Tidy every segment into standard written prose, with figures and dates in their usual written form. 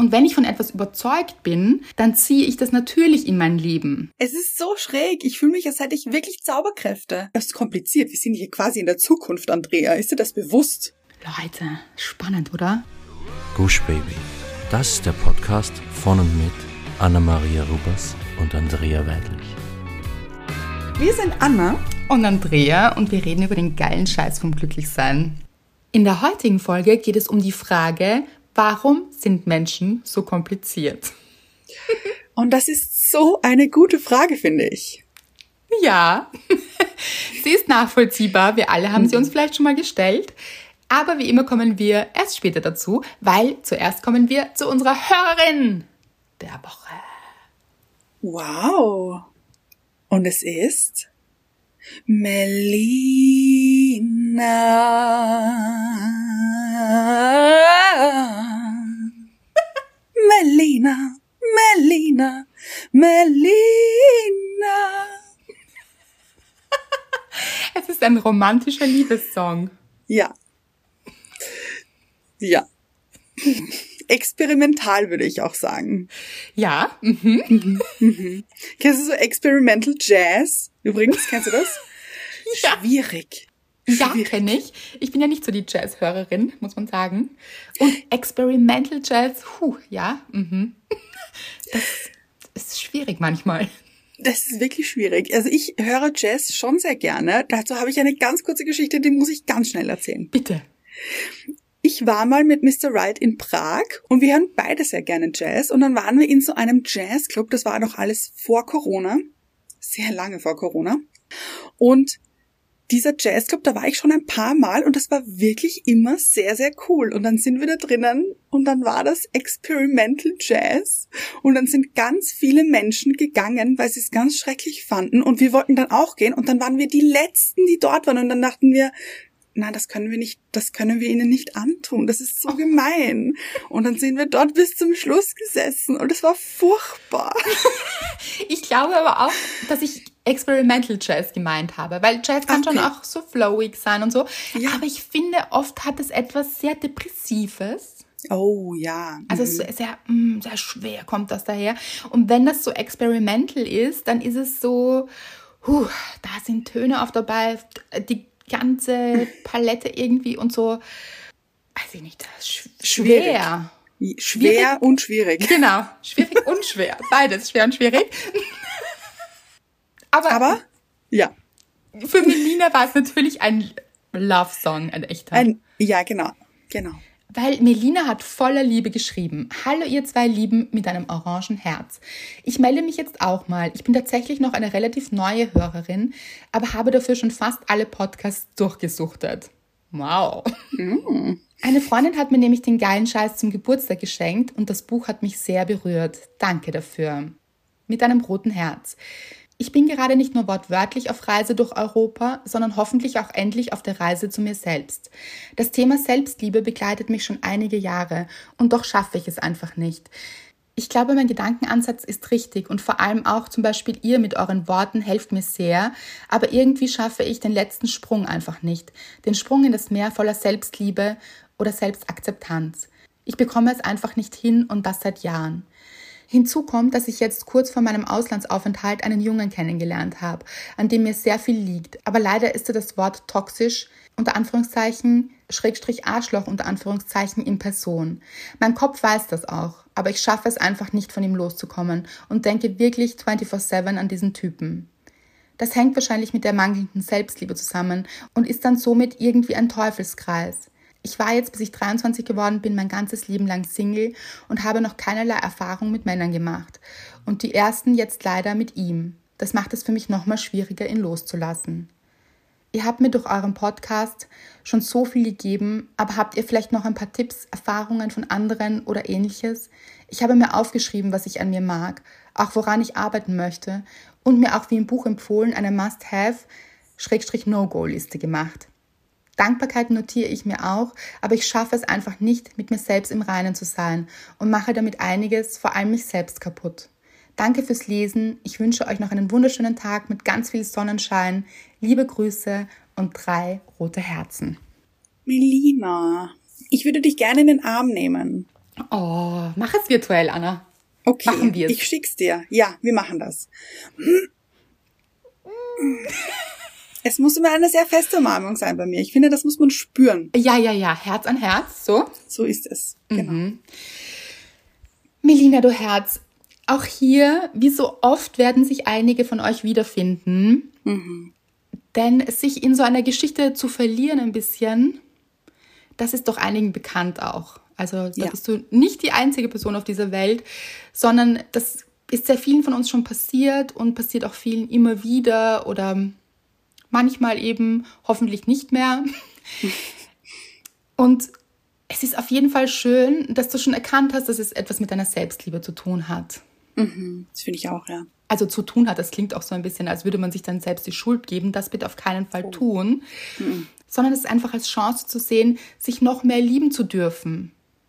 Und wenn ich von etwas überzeugt bin, dann ziehe ich das natürlich in mein Leben. Es ist so schräg. Ich fühle mich, als hätte ich wirklich Zauberkräfte. Das ist kompliziert. Wir sind hier quasi in der Zukunft, Andrea. Ist dir das bewusst? Leute, spannend, oder? Gush Baby. Das ist der Podcast von und mit Anna-Maria Rubers und Andrea Weidlich. Wir sind Anna und Andrea und wir reden über den geilen Scheiß vom Glücklichsein. In der heutigen Folge geht es um die Frage, warum sind Menschen so kompliziert? Und das ist so eine gute Frage, finde ich. Ja, sie ist nachvollziehbar. Wir alle haben sie uns vielleicht schon mal gestellt. Aber wie immer kommen wir erst später dazu, weil zuerst kommen wir zu unserer Hörerin der Woche. Wow. Und es ist Melina. Melina, Melina, Melina. Es ist ein romantischer Liebessong. Ja. Ja. Experimental würde ich auch sagen. Ja. Kennst du so Experimental Jazz? Übrigens, kennst du das? Ja. Schwierig. Ja, kenne ich. Ich bin ja nicht so die Jazz-Hörerin, muss man sagen. Und Experimental Jazz, ja. Das ist schwierig manchmal. Das ist wirklich schwierig. Also ich höre Jazz schon sehr gerne. Dazu habe ich eine ganz kurze Geschichte, die muss ich ganz schnell erzählen. Bitte. Ich war mal mit Mr. Right in Prag und wir hören beide sehr gerne Jazz. Und dann waren wir in so einem Jazzclub, das war noch alles vor Corona, sehr lange vor Corona. Und dieser Jazzclub, da war ich schon ein paar Mal und das war wirklich immer sehr, sehr cool. Und dann sind wir da drinnen und dann war das Experimental Jazz und dann sind ganz viele Menschen gegangen, weil sie es ganz schrecklich fanden und wir wollten dann auch gehen und dann waren wir die Letzten, die dort waren und dann dachten wir, nein, das können wir ihnen nicht antun, das ist so gemein. Und dann sind wir dort bis zum Schluss gesessen und es war furchtbar. Ich glaube aber auch, dass ich Experimental Jazz gemeint habe, weil Jazz kann schon auch so flowig sein und so. Ja. Aber ich finde, oft hat es etwas sehr Depressives. Oh, ja. Also sehr schwer kommt das daher. Und wenn das so experimental ist, dann ist es so, da sind Töne oft dabei, die ganze Palette irgendwie und so, weiß ich nicht, schwer. Schwer und schwierig. Genau, schwierig und schwer. Beides, schwer und schwierig. Aber ja. Für Melina war es natürlich ein Love-Song, ein echter. Ja, genau. Weil Melina hat voller Liebe geschrieben. Hallo ihr zwei Lieben mit einem orangen Herz. Ich melde mich jetzt auch mal. Ich bin tatsächlich noch eine relativ neue Hörerin, aber habe dafür schon fast alle Podcasts durchgesuchtet. Wow. Eine Freundin hat mir nämlich den geilen Scheiß zum Geburtstag geschenkt und das Buch hat mich sehr berührt. Danke dafür. Mit einem roten Herz. Ich bin gerade nicht nur wortwörtlich auf Reise durch Europa, sondern hoffentlich auch endlich auf der Reise zu mir selbst. Das Thema Selbstliebe begleitet mich schon einige Jahre und doch schaffe ich es einfach nicht. Ich glaube, mein Gedankenansatz ist richtig und vor allem auch zum Beispiel ihr mit euren Worten helft mir sehr, aber irgendwie schaffe ich den letzten Sprung einfach nicht. Den Sprung in das Meer voller Selbstliebe oder Selbstakzeptanz. Ich bekomme es einfach nicht hin und das seit Jahren. Hinzu kommt, dass ich jetzt kurz vor meinem Auslandsaufenthalt einen Jungen kennengelernt habe, an dem mir sehr viel liegt. Aber leider ist das Wort toxisch, unter Anführungszeichen, Schrägstrich Arschloch, unter Anführungszeichen in Person. Mein Kopf weiß das auch, aber ich schaffe es einfach nicht, von ihm loszukommen und denke wirklich 24/7 an diesen Typen. Das hängt wahrscheinlich mit der mangelnden Selbstliebe zusammen und ist dann somit irgendwie ein Teufelskreis. Ich war jetzt, bis ich 23 geworden bin, mein ganzes Leben lang Single und habe noch keinerlei Erfahrung mit Männern gemacht. Und die ersten jetzt leider mit ihm. Das macht es für mich nochmal schwieriger, ihn loszulassen. Ihr habt mir durch euren Podcast schon so viel gegeben, aber habt ihr vielleicht noch ein paar Tipps, Erfahrungen von anderen oder ähnliches? Ich habe mir aufgeschrieben, was ich an mir mag, auch woran ich arbeiten möchte und mir auch wie im Buch empfohlen eine Must-Have/No-Go-Liste gemacht. Dankbarkeit notiere ich mir auch, aber ich schaffe es einfach nicht, mit mir selbst im Reinen zu sein und mache damit einiges, vor allem mich selbst kaputt. Danke fürs Lesen. Ich wünsche euch noch einen wunderschönen Tag mit ganz viel Sonnenschein. Liebe Grüße und 3 rote Herzen. Melina, ich würde dich gerne in den Arm nehmen. Oh, mach es virtuell, Anna. Okay, machen wir es. Ich schick's dir. Ja, wir machen das. Es muss immer eine sehr feste Umarmung sein bei mir. Ich finde, das muss man spüren. Ja, Herz an Herz, so. So ist es, genau. Melina, du Herz, auch hier, wie so oft, werden sich einige von euch wiederfinden. Denn sich in so einer Geschichte zu verlieren ein bisschen, das ist doch einigen bekannt auch. Also da bist du nicht die einzige Person auf dieser Welt, sondern das ist sehr vielen von uns schon passiert und passiert auch vielen immer wieder oder manchmal eben hoffentlich nicht mehr. Und es ist auf jeden Fall schön, dass du schon erkannt hast, dass es etwas mit deiner Selbstliebe zu tun hat. Das finde ich auch, ja. Also zu tun hat, das klingt auch so ein bisschen, als würde man sich dann selbst die Schuld geben. Das bitte auf keinen Fall tun. Sondern es ist einfach als Chance zu sehen, sich noch mehr lieben zu dürfen.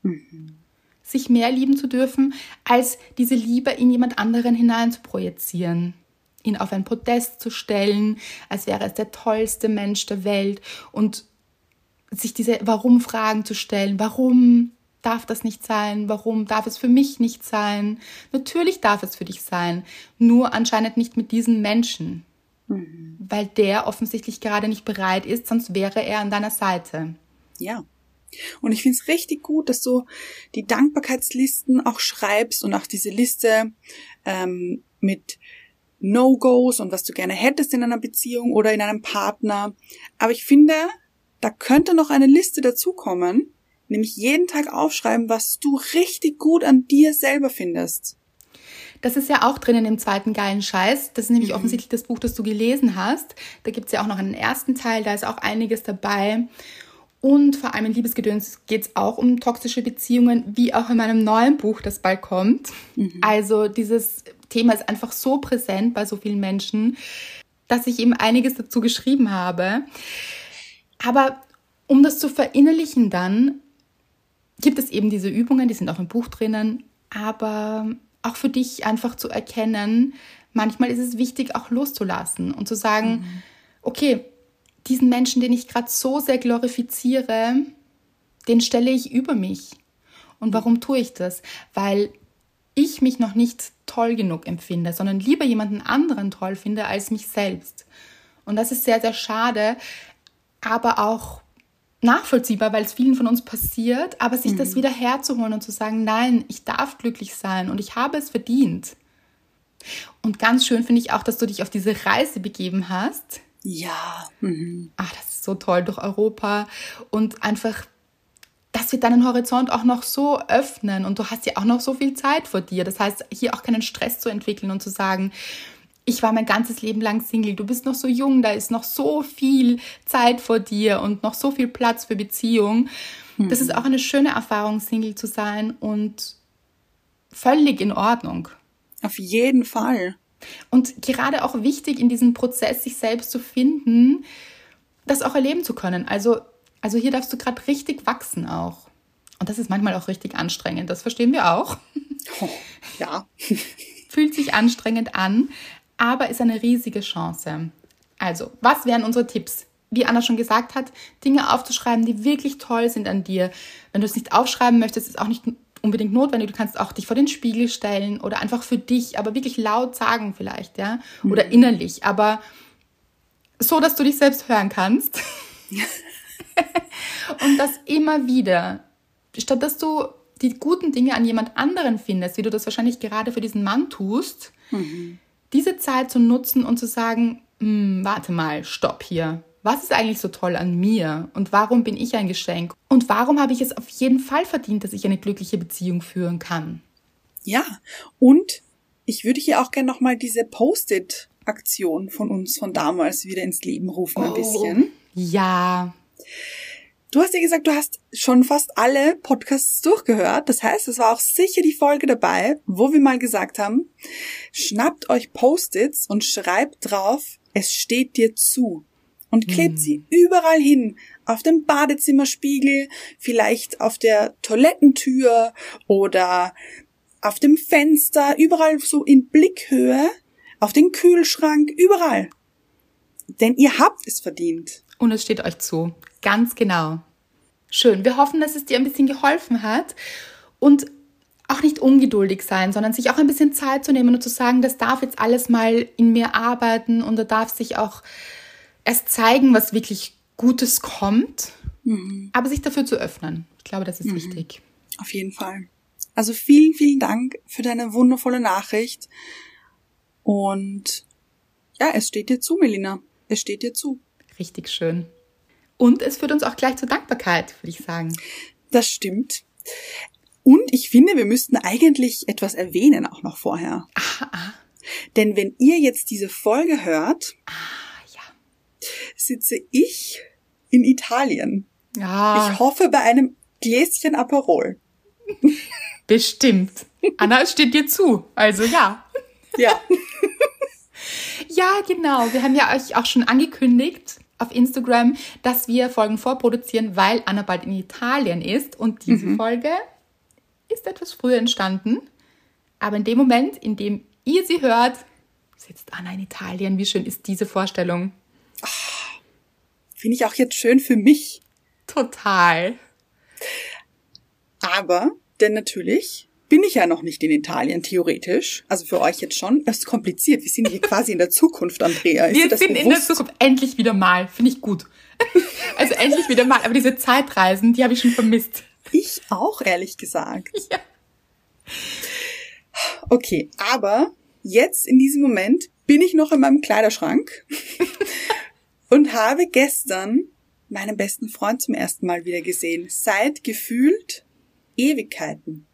Sich mehr lieben zu dürfen, als diese Liebe in jemand anderen hinein zu projizieren. Ihn auf ein Podest zu stellen, als wäre es der tollste Mensch der Welt und sich diese Warum-Fragen zu stellen. Warum darf das nicht sein? Warum darf es für mich nicht sein? Natürlich darf es für dich sein, nur anscheinend nicht mit diesen Menschen. Weil der offensichtlich gerade nicht bereit ist, sonst wäre er an deiner Seite. Ja. Und ich finde es richtig gut, dass du die Dankbarkeitslisten auch schreibst und auch diese Liste mit No-Gos und was du gerne hättest in einer Beziehung oder in einem Partner. Aber ich finde, da könnte noch eine Liste dazukommen, nämlich jeden Tag aufschreiben, was du richtig gut an dir selber findest. Das ist ja auch drinnen im zweiten geilen Scheiß. Das ist nämlich offensichtlich das Buch, das du gelesen hast. Da gibt es ja auch noch einen ersten Teil, da ist auch einiges dabei. Und vor allem in Liebesgedöns geht es auch um toxische Beziehungen, wie auch in meinem neuen Buch, das bald kommt. Also dieses Thema ist einfach so präsent bei so vielen Menschen, dass ich eben einiges dazu geschrieben habe. Aber um das zu verinnerlichen dann, gibt es eben diese Übungen, die sind auch im Buch drinnen, aber auch für dich einfach zu erkennen, manchmal ist es wichtig, auch loszulassen und zu sagen, okay, diesen Menschen, den ich gerade so sehr glorifiziere, den stelle ich über mich. Und warum tue ich das? Weil ich mich noch nicht toll genug empfinde, sondern lieber jemanden anderen toll finde als mich selbst. Und das ist sehr, sehr schade, aber auch nachvollziehbar, weil es vielen von uns passiert, aber sich das wieder herzuholen und zu sagen, nein, ich darf glücklich sein und ich habe es verdient. Und ganz schön finde ich auch, dass du dich auf diese Reise begeben hast. Ja. Ach, das ist so toll, durch Europa und einfach, das wird deinen Horizont auch noch so öffnen und du hast ja auch noch so viel Zeit vor dir. Das heißt, hier auch keinen Stress zu entwickeln und zu sagen, ich war mein ganzes Leben lang Single, du bist noch so jung, da ist noch so viel Zeit vor dir und noch so viel Platz für Beziehung. Das ist auch eine schöne Erfahrung, Single zu sein und völlig in Ordnung. Auf jeden Fall. Und gerade auch wichtig in diesem Prozess, sich selbst zu finden, das auch erleben zu können. Also hier darfst du gerade richtig wachsen auch. Und das ist manchmal auch richtig anstrengend, das verstehen wir auch. Oh, ja. Fühlt sich anstrengend an, aber ist eine riesige Chance. Also, was wären unsere Tipps? Wie Anna schon gesagt hat, Dinge aufzuschreiben, die wirklich toll sind an dir. Wenn du es nicht aufschreiben möchtest, ist auch nicht unbedingt notwendig. Du kannst auch dich vor den Spiegel stellen oder einfach für dich, aber wirklich laut sagen vielleicht, ja, oder innerlich, aber so, dass du dich selbst hören kannst. Und das immer wieder, statt dass du die guten Dinge an jemand anderen findest, wie du das wahrscheinlich gerade für diesen Mann tust, diese Zeit zu nutzen und zu sagen, warte mal, stopp hier. Was ist eigentlich so toll an mir? Und warum bin ich ein Geschenk? Und warum habe ich es auf jeden Fall verdient, dass ich eine glückliche Beziehung führen kann? Ja, und ich würde hier auch gerne nochmal diese Post-it-Aktion von uns von damals wieder ins Leben rufen, ein bisschen. Ja. Du hast ja gesagt, du hast schon fast alle Podcasts durchgehört. Das heißt, es war auch sicher die Folge dabei, wo wir mal gesagt haben, schnappt euch Post-its und schreibt drauf, es steht dir zu. Und klebt sie überall hin. Auf dem Badezimmerspiegel, vielleicht auf der Toilettentür oder auf dem Fenster, überall so in Blickhöhe, auf den Kühlschrank, überall. Denn ihr habt es verdient. Und es steht euch zu. Ganz genau. Schön. Wir hoffen, dass es dir ein bisschen geholfen hat. Und auch nicht ungeduldig sein, sondern sich auch ein bisschen Zeit zu nehmen und zu sagen, das darf jetzt alles mal in mir arbeiten und da darf sich auch erst zeigen, was wirklich Gutes kommt, aber sich dafür zu öffnen. Ich glaube, das ist wichtig. Auf jeden Fall. Also vielen, vielen Dank für deine wundervolle Nachricht. Und ja, es steht dir zu, Melina. Es steht dir zu. Richtig schön. Und es führt uns auch gleich zur Dankbarkeit, würde ich sagen. Das stimmt. Und ich finde, wir müssten eigentlich etwas erwähnen auch noch vorher. Denn wenn ihr jetzt diese Folge hört, sitze ich in Italien. Ja. Ich hoffe bei einem Gläschen Aperol. Bestimmt. Anna, es steht dir zu. Also ja. Ja. Ja, genau. Wir haben ja euch auch schon angekündigt auf Instagram, dass wir Folgen vorproduzieren, weil Anna bald in Italien ist. Und diese Folge ist etwas früher entstanden. Aber in dem Moment, in dem ihr sie hört, sitzt Anna in Italien. Wie schön ist diese Vorstellung? Finde ich auch jetzt schön für mich. Total. Aber, denn natürlich bin ich ja noch nicht in Italien, theoretisch. Also für euch jetzt schon. Das ist kompliziert. Wir sind hier quasi in der Zukunft, Andrea. Wir sind in der Zukunft. Endlich wieder mal. Finde ich gut. Also endlich wieder mal. Aber diese Zeitreisen, die habe ich schon vermisst. Ich auch, ehrlich gesagt. Ja. Okay, aber jetzt in diesem Moment bin ich noch in meinem Kleiderschrank und habe gestern meinen besten Freund zum ersten Mal wieder gesehen. Seit gefühlt Ewigkeiten.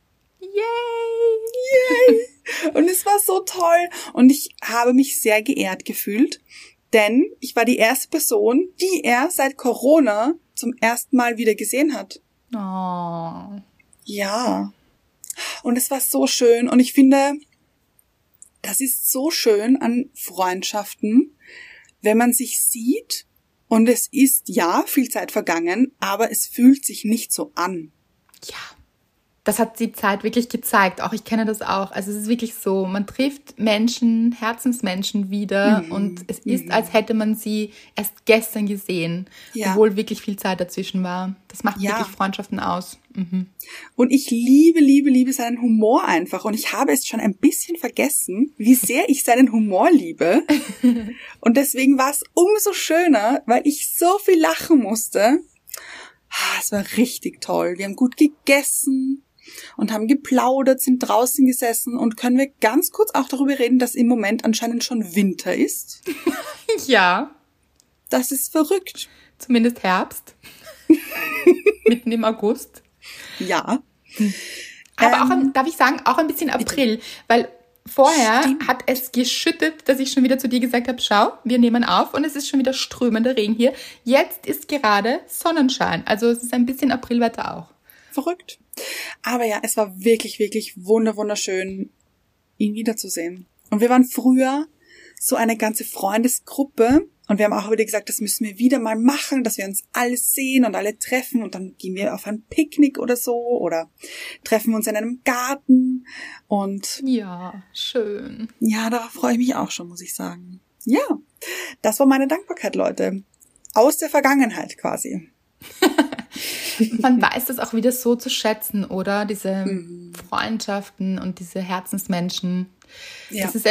Yay! Und es war so toll. Und ich habe mich sehr geehrt gefühlt, denn ich war die erste Person, die er seit Corona zum ersten Mal wieder gesehen hat. Oh. Ja. Und es war so schön. Und ich finde, das ist so schön an Freundschaften, wenn man sich sieht und es ist, ja, viel Zeit vergangen, aber es fühlt sich nicht so an. Ja. Das hat die Zeit wirklich gezeigt. Auch ich kenne das auch. Also es ist wirklich so, man trifft Menschen, Herzensmenschen wieder und es ist, als hätte man sie erst gestern gesehen, obwohl wirklich viel Zeit dazwischen war. Das macht wirklich Freundschaften aus. Und ich liebe seinen Humor einfach. Und ich habe es schon ein bisschen vergessen, wie sehr ich seinen Humor liebe. Und deswegen war es umso schöner, weil ich so viel lachen musste. Es war richtig toll. Wir haben gut gegessen und haben geplaudert, sind draußen gesessen und können wir ganz kurz auch darüber reden, dass im Moment anscheinend schon Winter ist? Ja. Das ist verrückt. Zumindest Herbst. Mitten im August. Ja. Aber auch, darf ich sagen, auch ein bisschen April, weil vorher hat es geschüttet, dass ich schon wieder zu dir gesagt habe, schau, wir nehmen auf und es ist schon wieder strömender Regen hier. Jetzt ist gerade Sonnenschein, also es ist ein bisschen Aprilwetter auch. Verrückt. Aber ja, es war wirklich, wirklich wunderschön, ihn wiederzusehen. Und wir waren früher so eine ganze Freundesgruppe und wir haben auch wieder gesagt, das müssen wir wieder mal machen, dass wir uns alle sehen und alle treffen und dann gehen wir auf ein Picknick oder so oder treffen uns in einem Garten und ja, schön. Ja, darauf freue ich mich auch schon, muss ich sagen. Ja, das war meine Dankbarkeit, Leute. Aus der Vergangenheit quasi. Man weiß das auch wieder so zu schätzen, oder? Diese Freundschaften und diese Herzensmenschen. Ja. Das ist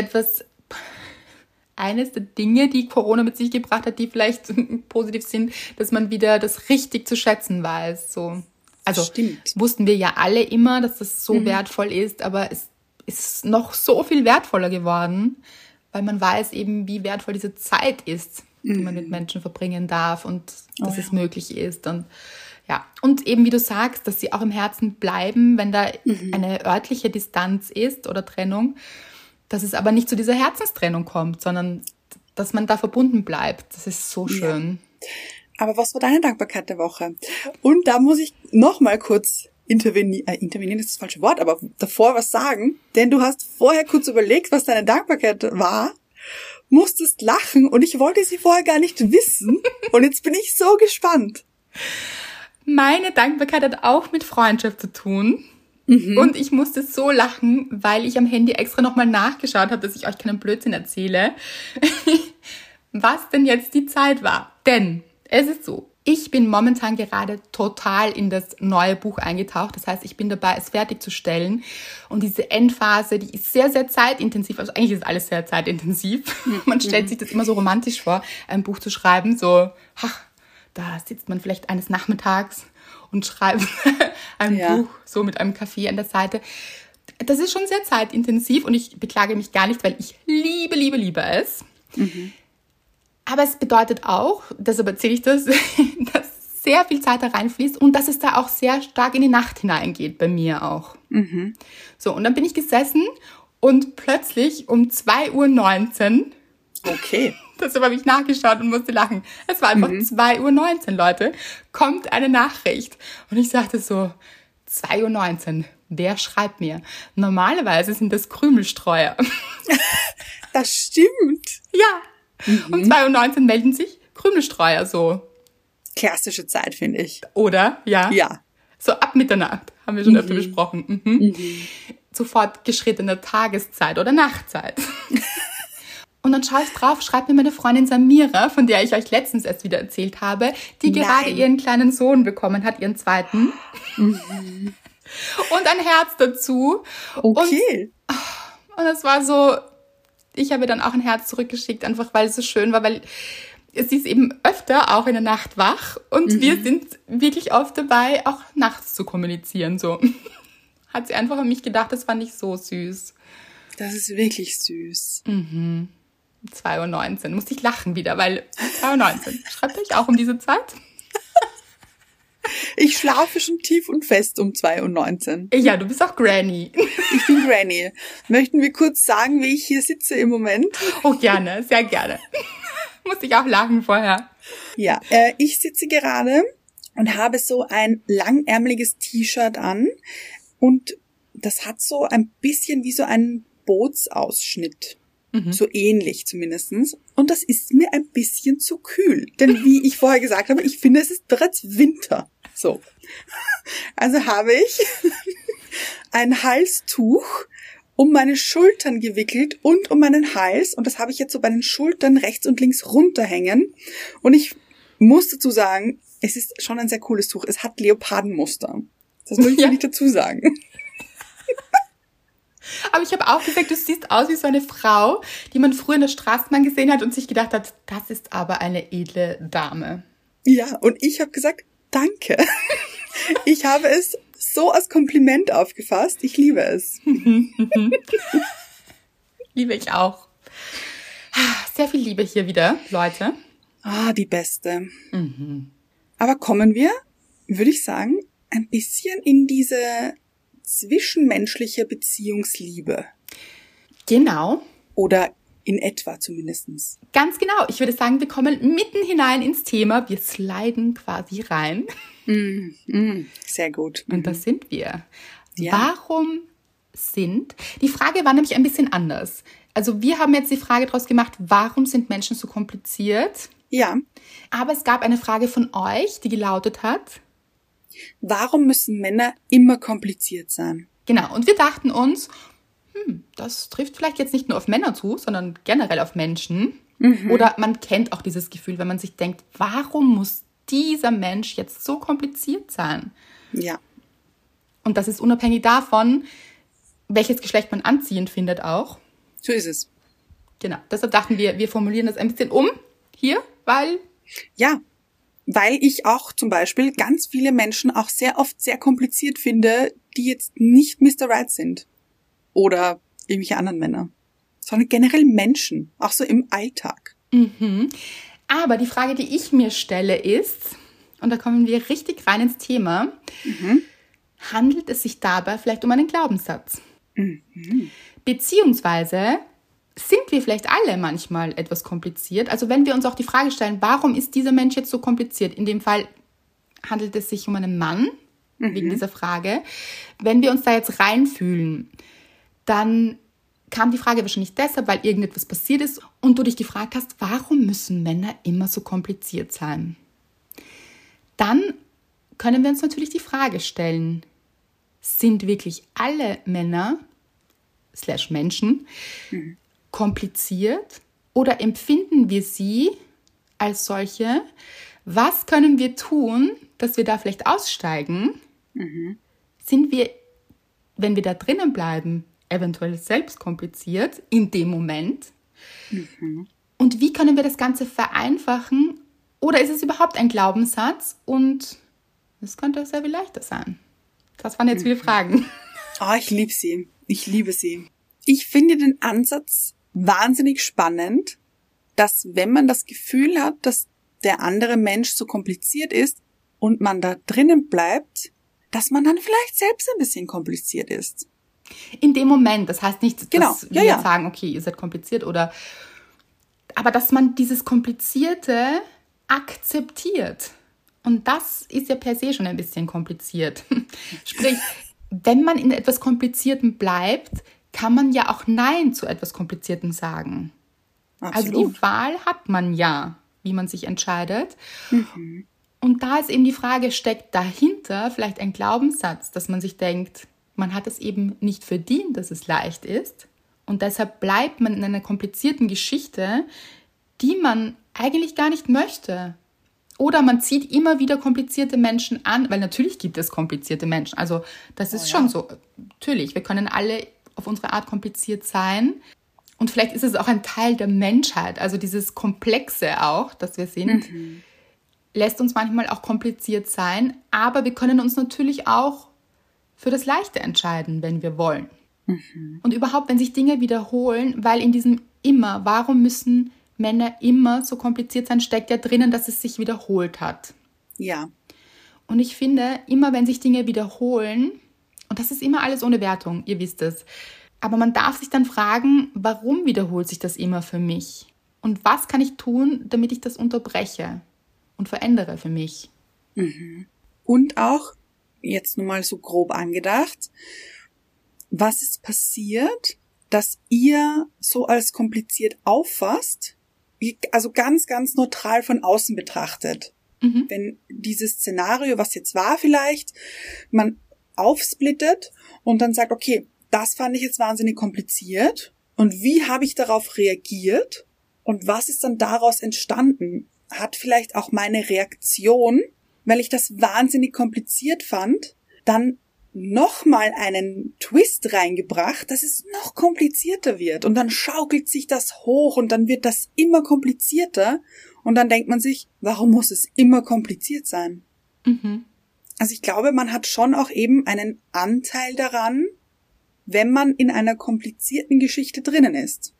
eines der Dinge, die Corona mit sich gebracht hat, die vielleicht positiv sind, dass man wieder das richtig zu schätzen weiß. So. Also wussten wir ja alle immer, dass das so wertvoll ist, aber es ist noch so viel wertvoller geworden, weil man weiß eben, wie wertvoll diese Zeit ist, die man mit Menschen verbringen darf und dass es möglich ist. Und ja, und eben wie du sagst, dass sie auch im Herzen bleiben, wenn da eine örtliche Distanz ist oder Trennung, dass es aber nicht zu dieser Herzenstrennung kommt, sondern dass man da verbunden bleibt. Das ist so schön. Ja. Aber was war deine Dankbarkeit der Woche? Und da muss ich noch mal kurz intervenieren ist das falsche Wort, aber davor was sagen, denn du hast vorher kurz überlegt, was deine Dankbarkeit war, musstest lachen und ich wollte sie vorher gar nicht wissen und jetzt bin ich so gespannt. Meine Dankbarkeit hat auch mit Freundschaft zu tun. Und ich musste so lachen, weil ich am Handy extra nochmal nachgeschaut habe, dass ich euch keinen Blödsinn erzähle, was denn jetzt die Zeit war. Denn es ist so, Ich bin momentan gerade total in das neue Buch eingetaucht. Das heißt, ich bin dabei, es fertigzustellen. Und diese Endphase, die ist sehr, sehr zeitintensiv. Also eigentlich ist alles sehr zeitintensiv. Man stellt sich das immer so romantisch vor, ein Buch zu schreiben. So, da sitzt man vielleicht eines Nachmittags und schreibt ein Buch so mit einem Kaffee an der Seite. Das ist schon sehr zeitintensiv und ich beklage mich gar nicht, weil ich liebe es. Mhm. Aber es bedeutet auch, deshalb erzähle ich das, dass sehr viel Zeit da reinfließt und dass es da auch sehr stark in die Nacht hineingeht, bei mir auch. Mhm. So, und dann bin ich gesessen und plötzlich um 2:19 Uhr, okay, deshalb habe ich nachgeschaut und musste lachen, es war einfach 2:19 Uhr, Leute, kommt eine Nachricht. Und ich sagte so, 2:19 Uhr, wer schreibt mir? Normalerweise sind das Krümelstreuer. Das stimmt. Ja. Um 2:19 Uhr melden sich Krümelstreuer so. Klassische Zeit, finde ich. Oder? Ja. Ja. So ab Mitternacht, haben wir schon öfter besprochen. Zu fortgeschrittener Tageszeit oder Nachtzeit. Und dann schaue ich drauf, schreibt mir meine Freundin Samira, von der ich euch letztens erst wieder erzählt habe, die gerade ihren kleinen Sohn bekommen hat, ihren zweiten. Und ein Herz dazu. Okay. Und es war so... Ich habe dann auch ein Herz zurückgeschickt, einfach weil es so schön war, weil sie ist eben öfter auch in der Nacht wach und wir sind wirklich oft dabei, auch nachts zu kommunizieren. So hat sie einfach an mich gedacht, das fand ich so süß. Das ist wirklich süß. 2:19 Uhr. Musste ich lachen wieder, weil 2:19 Uhr. Schreibt euch auch um diese Zeit? Ich schlafe schon tief und fest um 2:19 Uhr. Ja, du bist auch Granny. Ich bin Granny. Möchten wir kurz sagen, wie ich hier sitze im Moment? Oh, gerne, sehr gerne. Musste ich auch lachen vorher. Ja, ich sitze gerade und habe so ein langärmeliges T-Shirt an und das hat so ein bisschen wie so einen Bootsausschnitt. So ähnlich zumindestens. Und das ist mir ein bisschen zu kühl. Denn wie ich vorher gesagt habe, ich finde, es ist bereits Winter. So. Also habe ich ein Halstuch um meine Schultern gewickelt und um meinen Hals. Und das habe ich jetzt so bei den Schultern rechts und links runterhängen. Und ich muss dazu sagen, es ist schon ein sehr cooles Tuch. Es hat Leopardenmuster. Das muss ich nicht dazu sagen. Aber ich habe auch gesagt, du siehst aus wie so eine Frau, die man früher in der Straßenbahn gesehen hat und sich gedacht hat, das ist aber eine edle Dame. Ja, und ich habe gesagt, danke. Ich habe es so als Kompliment aufgefasst. Ich liebe es. Liebe ich auch. Sehr viel Liebe hier wieder, Leute. Die beste. Aber kommen wir, würde ich sagen, ein bisschen in diese zwischenmenschliche Beziehungsliebe. Genau. Oder in etwa zumindestens. Ganz genau. Ich würde sagen, wir kommen mitten hinein ins Thema. Wir sliden quasi rein. Sehr gut. Und da sind wir. Ja. Die Frage war nämlich ein bisschen anders. Also wir haben jetzt die Frage draus gemacht, warum sind Menschen so kompliziert? Ja. Aber es gab eine Frage von euch, die gelautet hat: Warum müssen Männer immer kompliziert sein? Genau, und wir dachten uns, das trifft vielleicht jetzt nicht nur auf Männer zu, sondern generell auf Menschen. Oder man kennt auch dieses Gefühl, wenn man sich denkt, warum muss dieser Mensch jetzt so kompliziert sein? Ja. Und das ist unabhängig davon, welches Geschlecht man anziehend findet auch. So ist es. Genau, deshalb dachten wir formulieren das ein bisschen um hier, weil... Ja, weil ich auch zum Beispiel ganz viele Menschen auch sehr oft sehr kompliziert finde, die jetzt nicht Mr. Right sind. Oder irgendwelche anderen Männer. Sondern generell Menschen, auch so im Alltag. Aber die Frage, die ich mir stelle ist, und da kommen wir richtig rein ins Thema, handelt es sich dabei vielleicht um einen Glaubenssatz? Beziehungsweise sind wir vielleicht alle manchmal etwas kompliziert? Also wenn wir uns auch die Frage stellen, warum ist dieser Mensch jetzt so kompliziert? In dem Fall handelt es sich um einen Mann, wegen dieser Frage. Wenn wir uns da jetzt reinfühlen, dann kam die Frage wahrscheinlich deshalb, weil irgendetwas passiert ist und du dich gefragt hast, warum müssen Männer immer so kompliziert sein? Dann können wir uns natürlich die Frage stellen, sind wirklich alle Männer / Menschen kompliziert oder empfinden wir sie als solche, Was können wir tun, dass wir da vielleicht aussteigen? Sind wir, wenn wir da drinnen bleiben, eventuell selbst kompliziert in dem Moment? Und wie können wir das Ganze vereinfachen? Oder ist es überhaupt ein Glaubenssatz? Und es könnte sehr viel leichter sein. Das waren jetzt viele Fragen. Oh, ich liebe sie. Ich liebe sie. Ich finde den Ansatz wahnsinnig spannend, dass wenn man das Gefühl hat, dass der andere Mensch so kompliziert ist und man da drinnen bleibt, dass man dann vielleicht selbst ein bisschen kompliziert ist. In dem Moment. Das heißt nicht, dass wir Ja. sagen, okay, ihr seid kompliziert oder... Aber dass man dieses Komplizierte akzeptiert. Und das ist ja per se schon ein bisschen kompliziert. Sprich, wenn man in etwas Kompliziertem bleibt, kann man ja auch Nein zu etwas Kompliziertem sagen. Absolut. Also die Wahl hat man ja, wie man sich entscheidet. Und da ist eben die Frage, steckt dahinter vielleicht ein Glaubenssatz, dass man sich denkt, man hat es eben nicht verdient, dass es leicht ist. Und deshalb bleibt man in einer komplizierten Geschichte, die man eigentlich gar nicht möchte. Oder man zieht immer wieder komplizierte Menschen an, weil natürlich gibt es komplizierte Menschen. Also das ist schon so. Natürlich, wir können alle auf unsere Art kompliziert sein. Und vielleicht ist es auch ein Teil der Menschheit. Also dieses Komplexe auch, das wir sind, lässt uns manchmal auch kompliziert sein. Aber wir können uns natürlich auch für das Leichte entscheiden, wenn wir wollen. Und überhaupt, wenn sich Dinge wiederholen, weil in diesem immer, warum müssen Männer immer so kompliziert sein, steckt ja drinnen, dass es sich wiederholt hat. Ja. Und ich finde, immer wenn sich Dinge wiederholen, und das ist immer alles ohne Wertung, ihr wisst es, aber man darf sich dann fragen, warum wiederholt sich das immer für mich? Und was kann ich tun, damit ich das unterbreche und verändere für mich? Und auch, jetzt nur mal so grob angedacht, was ist passiert, dass ihr so als kompliziert auffasst, also ganz, ganz neutral von außen betrachtet. Wenn dieses Szenario, was jetzt war vielleicht, man aufsplittet und dann sagt, okay, das fand ich jetzt wahnsinnig kompliziert und wie habe ich darauf reagiert und was ist dann daraus entstanden? Hat vielleicht auch meine Reaktion, weil ich das wahnsinnig kompliziert fand, dann nochmal einen Twist reingebracht, dass es noch komplizierter wird und dann schaukelt sich das hoch und dann wird das immer komplizierter und dann denkt man sich, warum muss es immer kompliziert sein? Also ich glaube, man hat schon auch eben einen Anteil daran, wenn man in einer komplizierten Geschichte drinnen ist.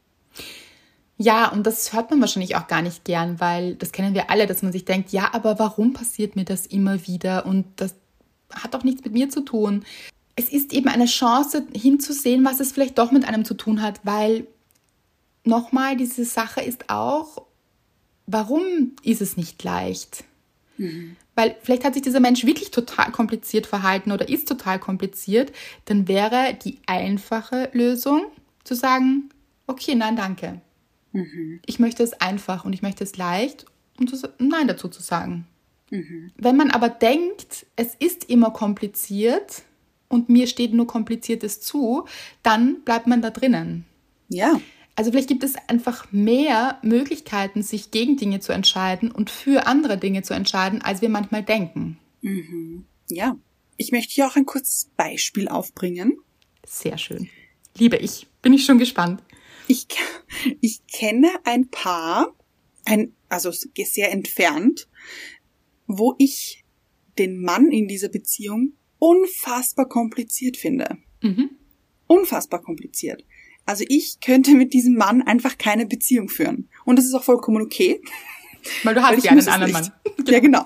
Ja, und das hört man wahrscheinlich auch gar nicht gern, weil das kennen wir alle, dass man sich denkt, ja, aber warum passiert mir das immer wieder? Und das hat doch nichts mit mir zu tun. Es ist eben eine Chance hinzusehen, was es vielleicht doch mit einem zu tun hat, weil nochmal, diese Sache ist auch, warum ist es nicht leicht? Weil vielleicht hat sich dieser Mensch wirklich total kompliziert verhalten oder ist total kompliziert, dann wäre die einfache Lösung zu sagen, okay, nein, danke. Ich möchte es einfach und ich möchte es leicht, um Nein dazu zu sagen. Wenn man aber denkt, es ist immer kompliziert und mir steht nur Kompliziertes zu, dann bleibt man da drinnen. Ja. Also vielleicht gibt es einfach mehr Möglichkeiten, sich gegen Dinge zu entscheiden und für andere Dinge zu entscheiden, als wir manchmal denken. Ja. Ich möchte hier auch ein kurzes Beispiel aufbringen. Sehr schön. Liebe ich. Bin ich schon gespannt. Ich kenne ein Paar, also sehr entfernt, wo ich den Mann in dieser Beziehung unfassbar kompliziert finde. Unfassbar kompliziert. Also ich könnte mit diesem Mann einfach keine Beziehung führen. Und das ist auch vollkommen okay. Weil du hast ja einen anderen Mann. Ja, genau.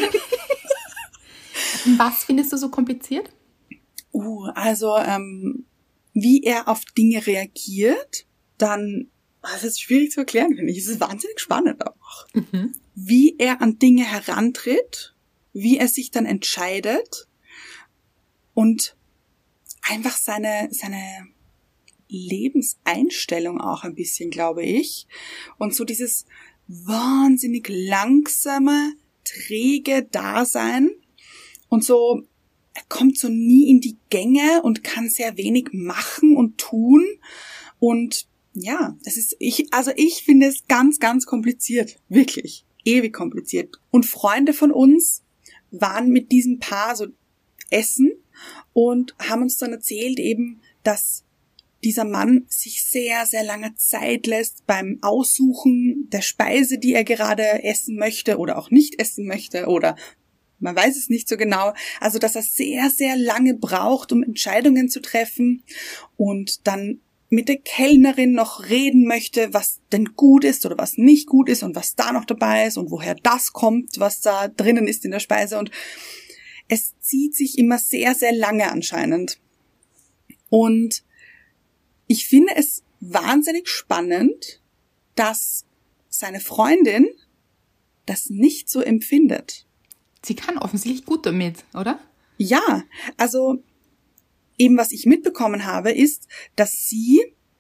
Was findest du so kompliziert? Also wie er auf Dinge reagiert, dann, das ist schwierig zu erklären, finde ich. Es ist wahnsinnig spannend auch. Wie er an Dinge herantritt, wie er sich dann entscheidet und einfach seine Lebenseinstellung auch ein bisschen, glaube ich. Und so dieses wahnsinnig langsame, träge Dasein und so, er kommt so nie in die Gänge und kann sehr wenig machen und tun und ja, ich finde es ganz, ganz kompliziert. Wirklich. ewig kompliziert. Und Freunde von uns waren mit diesem Paar so essen und haben uns dann erzählt eben, dass dieser Mann sich sehr, sehr lange Zeit lässt beim Aussuchen der Speise, die er gerade essen möchte oder auch nicht essen möchte oder man weiß es nicht so genau. Also, dass er sehr, sehr lange braucht, um Entscheidungen zu treffen und dann mit der Kellnerin noch reden möchte, was denn gut ist oder was nicht gut ist und was da noch dabei ist und woher das kommt, was da drinnen ist in der Speise. Und es zieht sich immer sehr, sehr lange anscheinend. Und ich finde es wahnsinnig spannend, dass seine Freundin das nicht so empfindet. Sie kann offensichtlich gut damit, oder? Ja, also eben was ich mitbekommen habe, ist, dass sie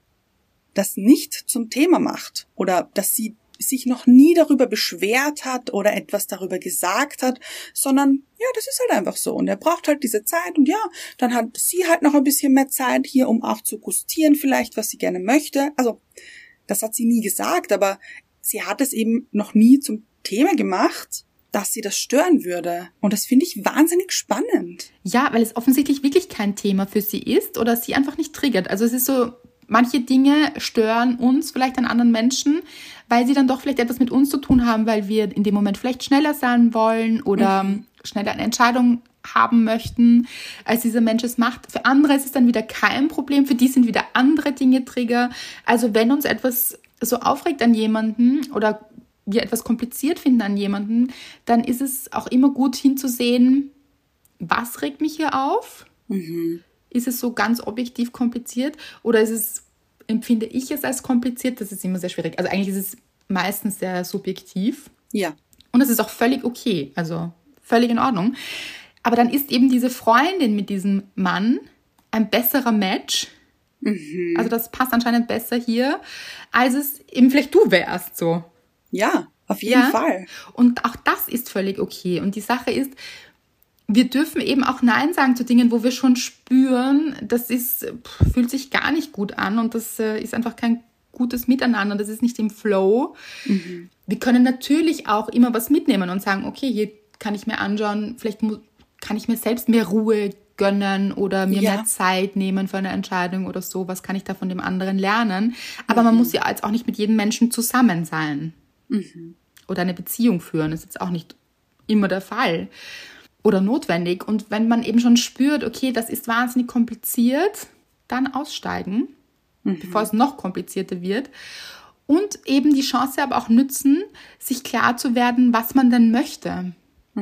das nicht zum Thema macht oder dass sie sich noch nie darüber beschwert hat oder etwas darüber gesagt hat, sondern ja, das ist halt einfach so und er braucht halt diese Zeit und ja, dann hat sie halt noch ein bisschen mehr Zeit hier, um auch zu gustieren vielleicht, was sie gerne möchte. Also das hat sie nie gesagt, aber sie hat es eben noch nie zum Thema gemacht, dass sie das stören würde. Und das finde ich wahnsinnig spannend. Ja, weil es offensichtlich wirklich kein Thema für sie ist oder sie einfach nicht triggert. Also es ist so, manche Dinge stören uns vielleicht an anderen Menschen, weil sie dann doch vielleicht etwas mit uns zu tun haben, weil wir in dem Moment vielleicht schneller sein wollen oder schneller eine Entscheidung haben möchten, als dieser Mensch es macht. Für andere ist es dann wieder kein Problem, für die sind wieder andere Dinge Trigger. Also wenn uns etwas so aufregt an jemanden oder wir etwas kompliziert finden an jemanden, dann ist es auch immer gut hinzusehen, was regt mich hier auf? Ist es so ganz objektiv kompliziert oder empfinde ich es als kompliziert? Das ist immer sehr schwierig. Also eigentlich ist es meistens sehr subjektiv. Ja. Und das ist auch völlig okay, also völlig in Ordnung. Aber dann ist eben diese Freundin mit diesem Mann ein besserer Match. Also das passt anscheinend besser hier, als es eben vielleicht du wärst so. Ja, auf jeden Fall. Und auch das ist völlig okay. Und die Sache ist, wir dürfen eben auch Nein sagen zu Dingen, wo wir schon spüren, fühlt sich gar nicht gut an und das ist einfach kein gutes Miteinander, das ist nicht im Flow. Wir können natürlich auch immer was mitnehmen und sagen, okay, hier kann ich mir anschauen, vielleicht kann ich mir selbst mehr Ruhe gönnen oder mir mehr Zeit nehmen für eine Entscheidung oder so, was kann ich da von dem anderen lernen. Aber man muss ja jetzt auch nicht mit jedem Menschen zusammen sein. Oder eine Beziehung führen, das ist jetzt auch nicht immer der Fall oder notwendig. Und wenn man eben schon spürt, okay, das ist wahnsinnig kompliziert, dann aussteigen, bevor es noch komplizierter wird. Und eben die Chance aber auch nützen, sich klar zu werden, was man denn möchte,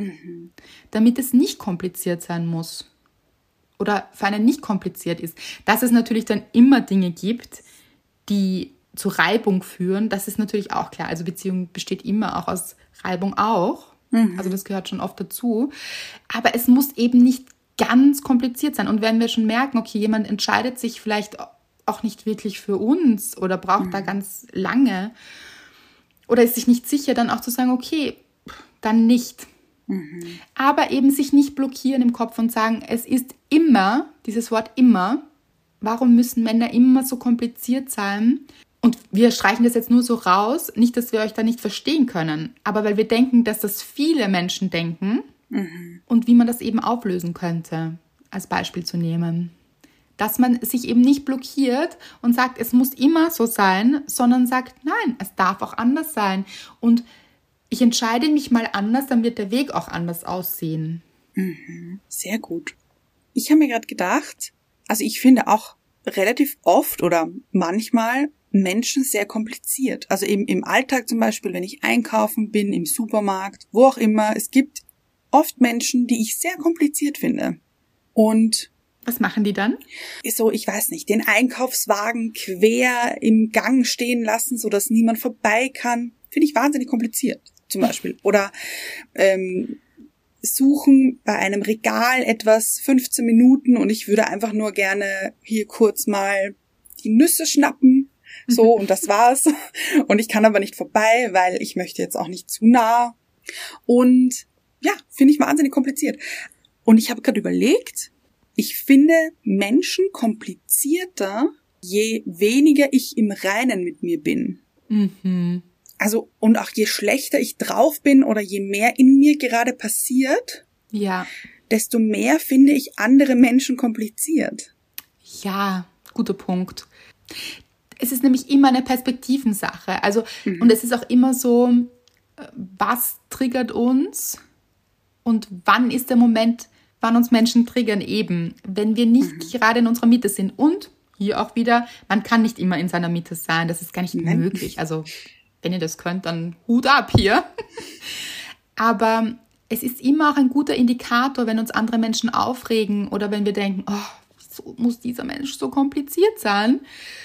damit es nicht kompliziert sein muss oder für einen nicht kompliziert ist. Dass es natürlich dann immer Dinge gibt, die zu Reibung führen, das ist natürlich auch klar. Also Beziehung besteht immer auch aus Reibung auch. Also das gehört schon oft dazu. Aber es muss eben nicht ganz kompliziert sein. Und wenn wir schon merken, okay, jemand entscheidet sich vielleicht auch nicht wirklich für uns oder braucht da ganz lange oder ist sich nicht sicher, dann auch zu sagen, okay, dann nicht. Aber eben sich nicht blockieren im Kopf und sagen, es ist immer, dieses Wort immer, warum müssen Männer immer so kompliziert sein? Und wir streichen das jetzt nur so raus, nicht, dass wir euch da nicht verstehen können, aber weil wir denken, dass das viele Menschen denken und wie man das eben auflösen könnte, als Beispiel zu nehmen. Dass man sich eben nicht blockiert und sagt, es muss immer so sein, sondern sagt, nein, es darf auch anders sein. Und ich entscheide mich mal anders, dann wird der Weg auch anders aussehen. Sehr gut. Ich habe mir gerade gedacht, also ich finde auch relativ oft oder manchmal Menschen sehr kompliziert. Also eben im Alltag zum Beispiel, wenn ich einkaufen bin, im Supermarkt, wo auch immer. Es gibt oft Menschen, die ich sehr kompliziert finde. Und was machen die dann? So, ich weiß nicht, den Einkaufswagen quer im Gang stehen lassen, sodass niemand vorbei kann. Finde ich wahnsinnig kompliziert, zum Beispiel. Oder suchen bei einem Regal etwas 15 Minuten und ich würde einfach nur gerne hier kurz mal die Nüsse schnappen. So, und das war's. Und ich kann aber nicht vorbei, weil ich möchte jetzt auch nicht zu nah. Und ja, finde ich wahnsinnig kompliziert. Und ich habe gerade überlegt, ich finde Menschen komplizierter, je weniger ich im Reinen mit mir bin. Also, und auch je schlechter ich drauf bin oder je mehr in mir gerade passiert, Ja. desto mehr finde ich andere Menschen kompliziert. Ja, guter Punkt. Es ist nämlich immer eine Perspektivensache. Also, und es ist auch immer so, was triggert uns und wann ist der Moment, wann uns Menschen triggern eben, wenn wir nicht gerade in unserer Mitte sind. Und hier auch wieder, man kann nicht immer in seiner Mitte sein. Das ist gar nicht möglich. Also, wenn ihr das könnt, dann Hut ab hier. Aber es ist immer auch ein guter Indikator, wenn uns andere Menschen aufregen oder wenn wir denken, oh, wieso muss dieser Mensch so kompliziert sein?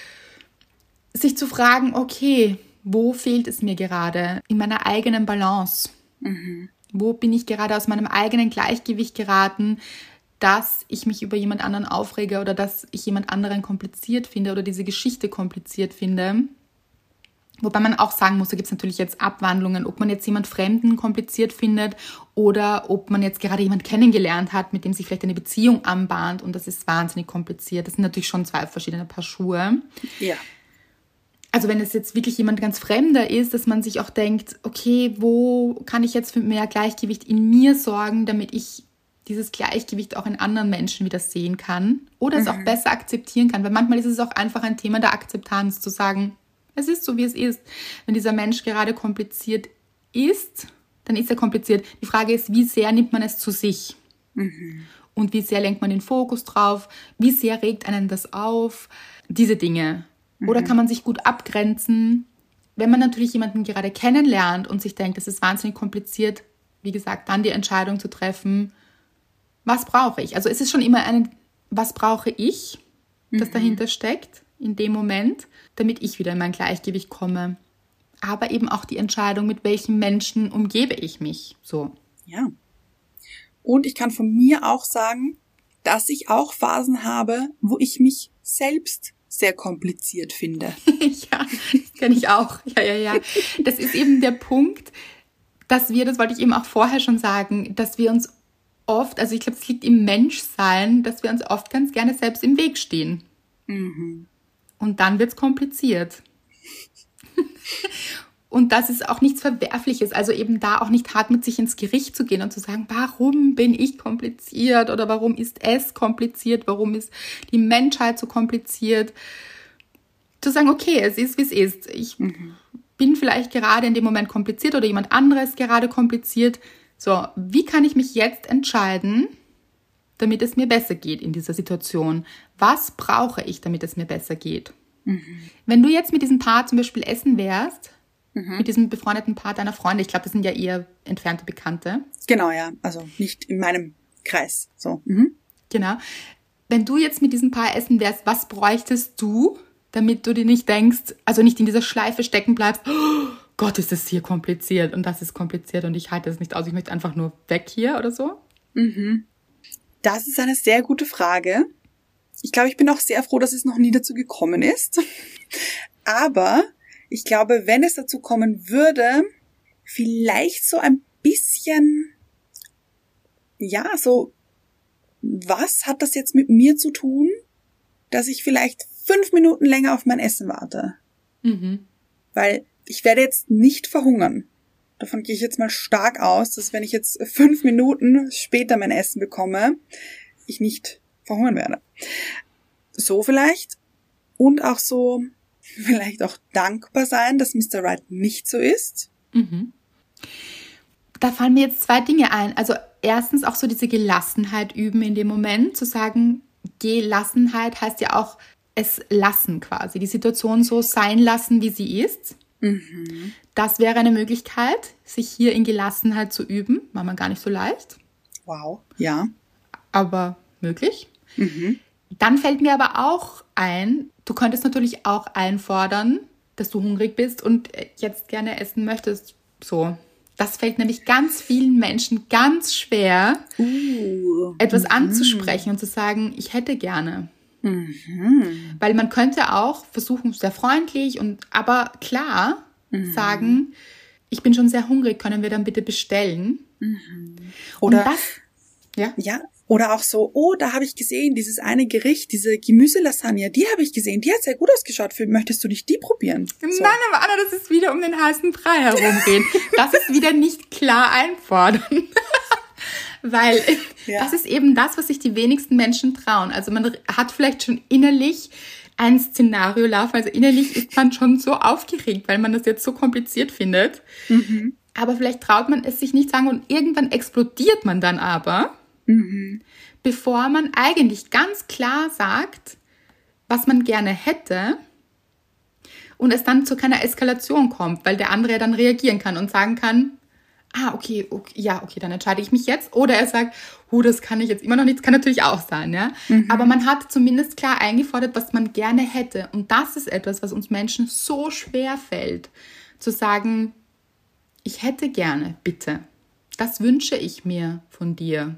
Sich zu fragen, okay, wo fehlt es mir gerade in meiner eigenen Balance? Wo bin ich gerade aus meinem eigenen Gleichgewicht geraten, dass ich mich über jemand anderen aufrege oder dass ich jemand anderen kompliziert finde oder diese Geschichte kompliziert finde? Wobei man auch sagen muss, da gibt es natürlich jetzt Abwandlungen, ob man jetzt jemand Fremden kompliziert findet oder ob man jetzt gerade jemand kennengelernt hat, mit dem sich vielleicht eine Beziehung anbahnt und das ist wahnsinnig kompliziert. Das sind natürlich schon zwei verschiedene Paar Schuhe. Ja. Also wenn es jetzt wirklich jemand ganz Fremder ist, dass man sich auch denkt, okay, wo kann ich jetzt für mehr Gleichgewicht in mir sorgen, damit ich dieses Gleichgewicht auch in anderen Menschen wieder sehen kann oder es auch besser akzeptieren kann. Weil manchmal ist es auch einfach ein Thema der Akzeptanz, zu sagen, es ist so, wie es ist. Wenn dieser Mensch gerade kompliziert ist, dann ist er kompliziert. Die Frage ist, wie sehr nimmt man es zu sich? Und wie sehr lenkt man den Fokus drauf? Wie sehr regt einen das auf? Diese Dinge. Oder kann man sich gut abgrenzen? Wenn man natürlich jemanden gerade kennenlernt und sich denkt, das ist wahnsinnig kompliziert, wie gesagt, dann die Entscheidung zu treffen, was brauche ich? Also es ist schon immer was brauche ich, das dahinter steckt in dem Moment, damit ich wieder in mein Gleichgewicht komme. Aber eben auch die Entscheidung, mit welchen Menschen umgebe ich mich. So. Ja. Und ich kann von mir auch sagen, dass ich auch Phasen habe, wo ich mich selbst sehr kompliziert finde. Ja, das kenne ich auch. Ja. Das ist eben der Punkt, dass wir, das wollte ich eben auch vorher schon sagen, dass wir uns oft, also ich glaube, es liegt im Menschsein, dass wir uns oft ganz gerne selbst im Weg stehen. Und dann wird's kompliziert. Und das ist auch nichts Verwerfliches. Also eben da auch nicht hart mit sich ins Gericht zu gehen und zu sagen, warum bin ich kompliziert oder warum ist es kompliziert, warum ist die Menschheit so kompliziert. Zu sagen, okay, es ist, wie es ist. Ich bin vielleicht gerade in dem Moment kompliziert oder jemand anderes gerade kompliziert. So, wie kann ich mich jetzt entscheiden, damit es mir besser geht in dieser Situation? Was brauche ich, damit es mir besser geht? Wenn du jetzt mit diesem Paar zum Beispiel essen wärst, mit diesem befreundeten Paar deiner Freunde, ich glaube, das sind ja eher entfernte Bekannte. Genau, ja, also nicht in meinem Kreis. So. Genau. Wenn du jetzt mit diesem Paar essen wärst, was bräuchtest du, damit du dir nicht denkst, also nicht in dieser Schleife stecken bleibst, oh Gott, ist das hier kompliziert und das ist kompliziert und ich halte das nicht aus, ich möchte einfach nur weg hier oder so? Das ist eine sehr gute Frage. Ich glaube, ich bin auch sehr froh, dass es noch nie dazu gekommen ist. Aber ich glaube, wenn es dazu kommen würde, vielleicht so ein bisschen, ja, so, was hat das jetzt mit mir zu tun, dass ich vielleicht 5 Minuten länger auf mein Essen warte? Weil ich werde jetzt nicht verhungern. Davon gehe ich jetzt mal stark aus, dass wenn ich jetzt 5 Minuten später mein Essen bekomme, ich nicht verhungern werde. So vielleicht. Und auch so vielleicht auch dankbar sein, dass Mr. Right nicht so ist. Da fallen mir jetzt 2 Dinge ein. Also erstens auch so diese Gelassenheit üben in dem Moment, zu sagen, Gelassenheit heißt ja auch es lassen quasi, die Situation so sein lassen, wie sie ist. Das wäre eine Möglichkeit, sich hier in Gelassenheit zu üben. War man gar nicht so leicht. Wow, ja. Aber möglich. Dann fällt mir aber auch ein, du könntest natürlich auch einfordern, dass du hungrig bist und jetzt gerne essen möchtest. So. Das fällt nämlich ganz vielen Menschen ganz schwer, etwas anzusprechen und zu sagen, ich hätte gerne. Weil man könnte auch versuchen, sehr freundlich aber klar sagen, ich bin schon sehr hungrig, können wir dann bitte bestellen? Oder und das, ja, Oder auch so, oh, da habe ich gesehen, dieses eine Gericht, diese Gemüselasagne, die habe ich gesehen, die hat sehr gut ausgeschaut. Möchtest du nicht die probieren? So. Nein, aber Anna, das ist wieder um den heißen Brei herumreden. Das ist wieder nicht klar einfordern. Weil das ist eben das, was sich die wenigsten Menschen trauen. Also man hat vielleicht schon innerlich ein Szenario laufen. Also innerlich ist man schon so aufgeregt, weil man das jetzt so kompliziert findet. Mhm. Aber vielleicht traut man es sich nicht sagen und irgendwann explodiert man dann aber, bevor man eigentlich ganz klar sagt, was man gerne hätte und es dann zu keiner Eskalation kommt, weil der andere ja dann reagieren kann und sagen kann, okay, dann entscheide ich mich jetzt. Oder er sagt, das kann ich jetzt immer noch nicht, das kann natürlich auch sein, ja. Mhm. Aber man hat zumindest klar eingefordert, was man gerne hätte. Und das ist etwas, was uns Menschen so schwer fällt, zu sagen, ich hätte gerne, bitte. Das wünsche ich mir von dir.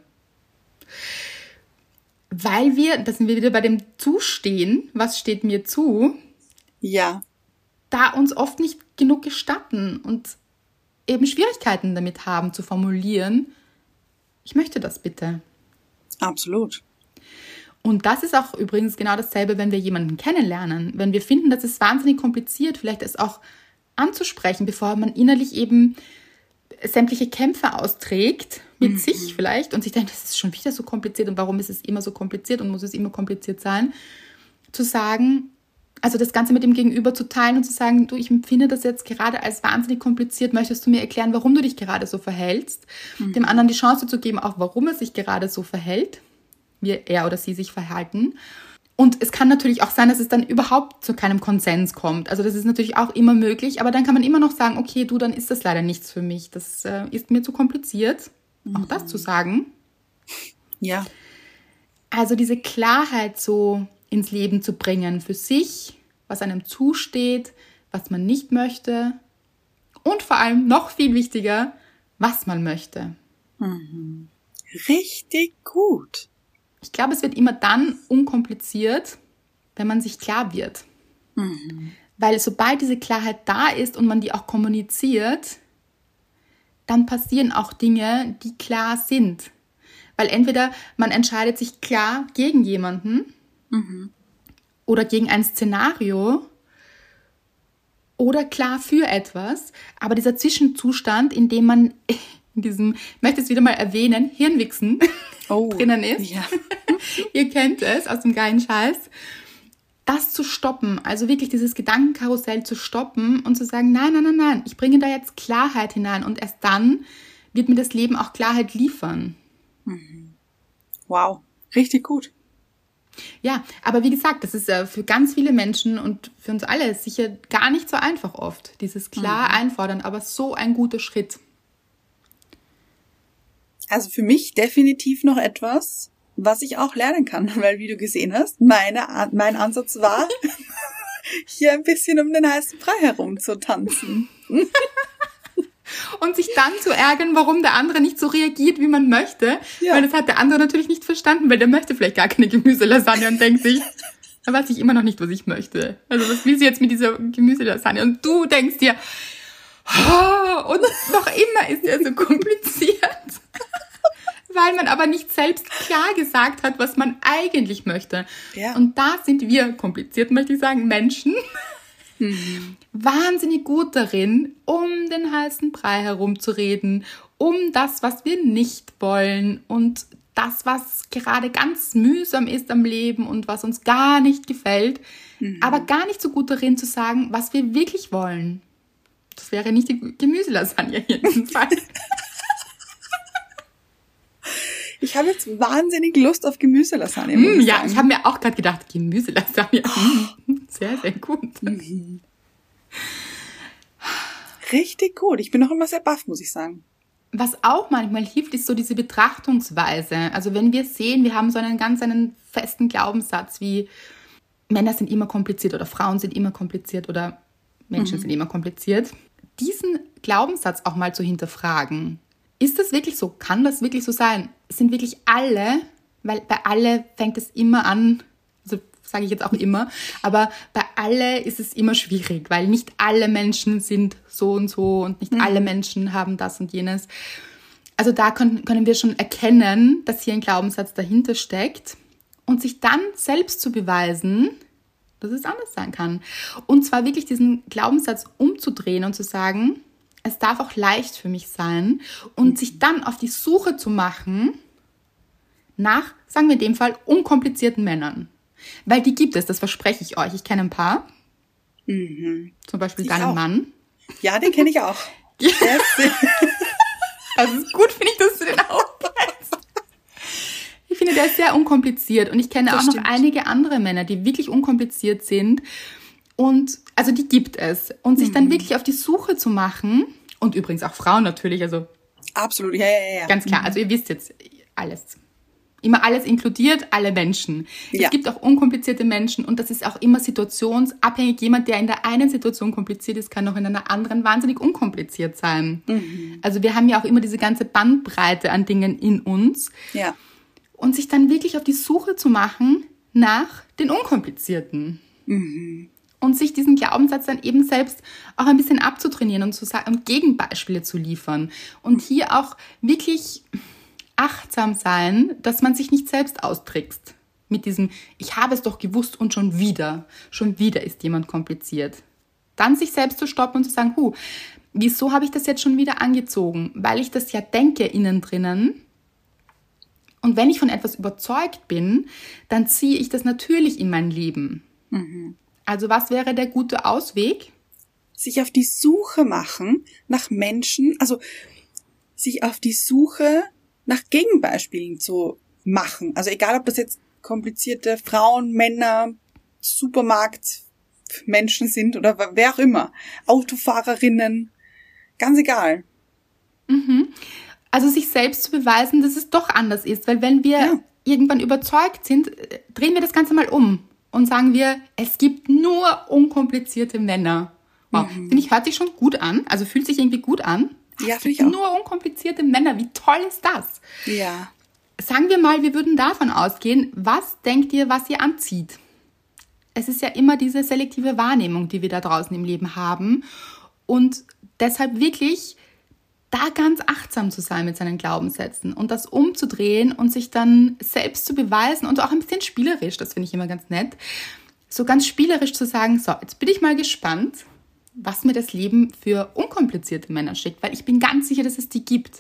Weil da sind wir wieder bei dem Zustehen, was steht mir zu? Ja. Da uns oft nicht genug gestatten und eben Schwierigkeiten damit haben, zu formulieren, ich möchte das bitte. Absolut. Und das ist auch übrigens genau dasselbe, wenn wir jemanden kennenlernen. Wenn wir finden, das ist wahnsinnig kompliziert, vielleicht es auch anzusprechen, bevor man innerlich eben sämtliche Kämpfe austrägt, mit sich vielleicht, und sich denkt, das ist schon wieder so kompliziert und warum ist es immer so kompliziert und muss es immer kompliziert sein, zu sagen, also das Ganze mit dem Gegenüber zu teilen und zu sagen, du, ich empfinde das jetzt gerade als wahnsinnig kompliziert, möchtest du mir erklären, warum du dich gerade so verhältst? Dem anderen die Chance zu geben, auch warum er sich gerade so verhält, wie er oder sie sich verhalten. Und es kann natürlich auch sein, dass es dann überhaupt zu keinem Konsens kommt. Also das ist natürlich auch immer möglich, aber dann kann man immer noch sagen, okay, du, dann ist das leider nichts für mich. Das ist mir zu kompliziert, auch das zu sagen. Ja. Also diese Klarheit so ins Leben zu bringen für sich, was einem zusteht, was man nicht möchte und vor allem noch viel wichtiger, was man möchte. Mhm. Richtig gut. Ich glaube, es wird immer dann unkompliziert, wenn man sich klar wird. Mhm. Weil sobald diese Klarheit da ist und man die auch kommuniziert, dann passieren auch Dinge, die klar sind. Weil entweder man entscheidet sich klar gegen jemanden, oder gegen ein Szenario oder klar für etwas. Aber dieser Zwischenzustand, in dem man in diesem, ich möchte es wieder mal erwähnen, Hirnwichsen drinnen ist. Ja. Ihr kennt es aus dem geilen Scheiß. Das zu stoppen, also wirklich dieses Gedankenkarussell zu stoppen und zu sagen, nein, ich bringe da jetzt Klarheit hinein und erst dann wird mir das Leben auch Klarheit liefern. Wow, richtig gut. Ja, aber wie gesagt, das ist für ganz viele Menschen und für uns alle sicher gar nicht so einfach oft, dieses klar einfordern, aber so ein guter Schritt. Also für mich definitiv noch etwas, was ich auch lernen kann, weil wie du gesehen hast, mein Ansatz war, hier ein bisschen um den heißen Brei herum zu tanzen. Und sich dann zu ärgern, warum der andere nicht so reagiert, wie man möchte. Ja. Weil das hat der andere natürlich nicht verstanden, weil der möchte vielleicht gar keine Gemüselasagne und denkt sich, da weiß ich immer noch nicht, was ich möchte. Also was will sie jetzt mit dieser Gemüselasagne? Und du denkst dir, und noch immer ist er so kompliziert. Weil man aber nicht selbst klar gesagt hat, was man eigentlich möchte. Ja. Und da sind wir, kompliziert möchte ich sagen, Menschen, wahnsinnig gut darin, um den heißen Brei herumzureden, um das, was wir nicht wollen und das, was gerade ganz mühsam ist am Leben und was uns gar nicht gefällt, aber gar nicht so gut darin zu sagen, was wir wirklich wollen. Das wäre nicht die Gemüselasagne hier in diesem Fall. Ich habe jetzt wahnsinnig Lust auf Gemüselasagne. Ja, ich habe mir auch gerade gedacht, Gemüselasagne. Sehr, sehr gut. Richtig gut. Ich bin noch immer sehr baff, muss ich sagen. Was auch manchmal hilft, ist so diese Betrachtungsweise. Also wenn wir sehen, wir haben so einen festen Glaubenssatz wie Männer sind immer kompliziert oder Frauen sind immer kompliziert oder Menschen sind immer kompliziert. Diesen Glaubenssatz auch mal zu hinterfragen. Ist das wirklich so? Kann das wirklich so sein? Sind wirklich alle, weil bei alle fängt es immer an, also sage ich jetzt auch immer, aber bei alle ist es immer schwierig, weil nicht alle Menschen sind so und so und nicht alle Menschen haben das und jenes. Also da können wir schon erkennen, dass hier ein Glaubenssatz dahinter steckt und sich dann selbst zu beweisen, dass es anders sein kann. Und zwar wirklich diesen Glaubenssatz umzudrehen und zu sagen, es darf auch leicht für mich sein und sich dann auf die Suche zu machen nach, sagen wir in dem Fall, unkomplizierten Männern. Weil die gibt es, das verspreche ich euch. Ich kenne ein paar. Zum Beispiel Ich deinen auch. Mann. Ja, den kenne ich auch. Das ist gut, finde ich, dass du den auch kennst. Ich finde, der ist sehr unkompliziert. Und ich kenne Das auch noch stimmt. einige andere Männer, die wirklich unkompliziert sind. Und also die gibt es. Und sich dann wirklich auf die Suche zu machen. Und übrigens auch Frauen natürlich, also Absolut, ja. ganz klar. Also ihr wisst jetzt alles. Immer alles inkludiert, alle Menschen. Ja. Es gibt auch unkomplizierte Menschen und das ist auch immer situationsabhängig. Jemand, der in der einen Situation kompliziert ist, kann auch in einer anderen wahnsinnig unkompliziert sein. Also wir haben ja auch immer diese ganze Bandbreite an Dingen in uns. Ja. Und sich dann wirklich auf die Suche zu machen nach den Unkomplizierten. Und sich diesen Glaubenssatz dann eben selbst auch ein bisschen abzutrainieren und zu sagen, und Gegenbeispiele zu liefern. Und hier auch wirklich achtsam sein, dass man sich nicht selbst austrickst. Mit diesem, ich habe es doch gewusst und schon wieder ist jemand kompliziert. Dann sich selbst zu stoppen und zu sagen, wieso habe ich das jetzt schon wieder angezogen? Weil ich das ja denke innen drinnen. Und wenn ich von etwas überzeugt bin, dann ziehe ich das natürlich in mein Leben. Also was wäre der gute Ausweg? Sich auf die Suche machen nach Menschen, also sich auf die Suche nach Gegenbeispielen zu machen. Also egal, ob das jetzt komplizierte Frauen, Männer, Supermarktmenschen sind oder wer auch immer. Autofahrerinnen, ganz egal. Also sich selbst zu beweisen, dass es doch anders ist. Weil wenn wir irgendwann überzeugt sind, drehen wir das Ganze mal um und sagen wir, es gibt nur unkomplizierte Männer. Wow, finde ich, hört sich schon gut an. Also fühlt sich irgendwie gut an. Ja, Es finde gibt ich auch. nur unkomplizierte Männer. Wie toll ist das? Ja. Sagen wir mal, wir würden davon ausgehen, was denkt ihr, was ihr anzieht? Es ist ja immer diese selektive Wahrnehmung, die wir da draußen im Leben haben. Und deshalb wirklich da ganz achtsam zu sein mit seinen Glaubenssätzen und das umzudrehen und sich dann selbst zu beweisen und auch ein bisschen spielerisch, das finde ich immer ganz nett, so ganz spielerisch zu sagen, so, jetzt bin ich mal gespannt, was mir das Leben für unkomplizierte Männer schickt, weil ich bin ganz sicher, dass es die gibt.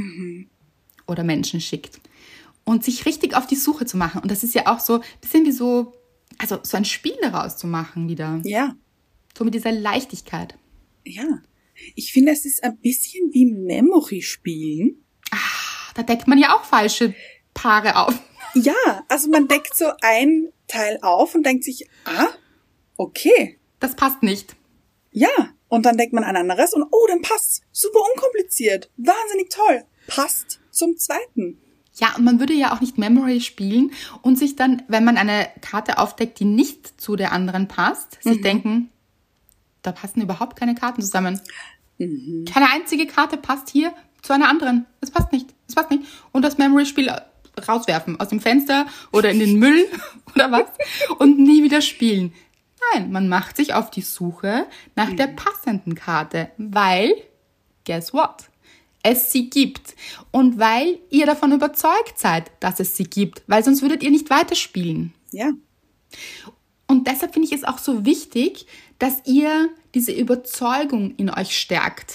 Oder Menschen schickt. Und sich richtig auf die Suche zu machen. Und das ist ja auch so ein bisschen wie so ein Spiel daraus zu machen wieder. Ja. So mit dieser Leichtigkeit. Ja. Ich finde, es ist ein bisschen wie Memory spielen. Da deckt man ja auch falsche Paare auf. Ja, also man deckt so ein Teil auf und denkt sich, okay. Das passt nicht. Ja, und dann denkt man ein anderes und dann passt's. Super unkompliziert. Wahnsinnig toll. Passt zum zweiten. Ja, und man würde ja auch nicht Memory spielen und sich dann, wenn man eine Karte aufdeckt, die nicht zu der anderen passt, sich denken, da passen überhaupt keine Karten zusammen. Keine einzige Karte passt hier zu einer anderen. Es passt nicht. Es passt nicht. Und das Memory-Spiel rauswerfen aus dem Fenster oder in den Müll oder was und nie wieder spielen. Nein, man macht sich auf die Suche nach der passenden Karte, weil, guess what? Es sie gibt. Und weil ihr davon überzeugt seid, dass es sie gibt, weil sonst würdet ihr nicht weiterspielen. Ja. Und deshalb finde ich es auch so wichtig, dass ihr diese Überzeugung in euch stärkt.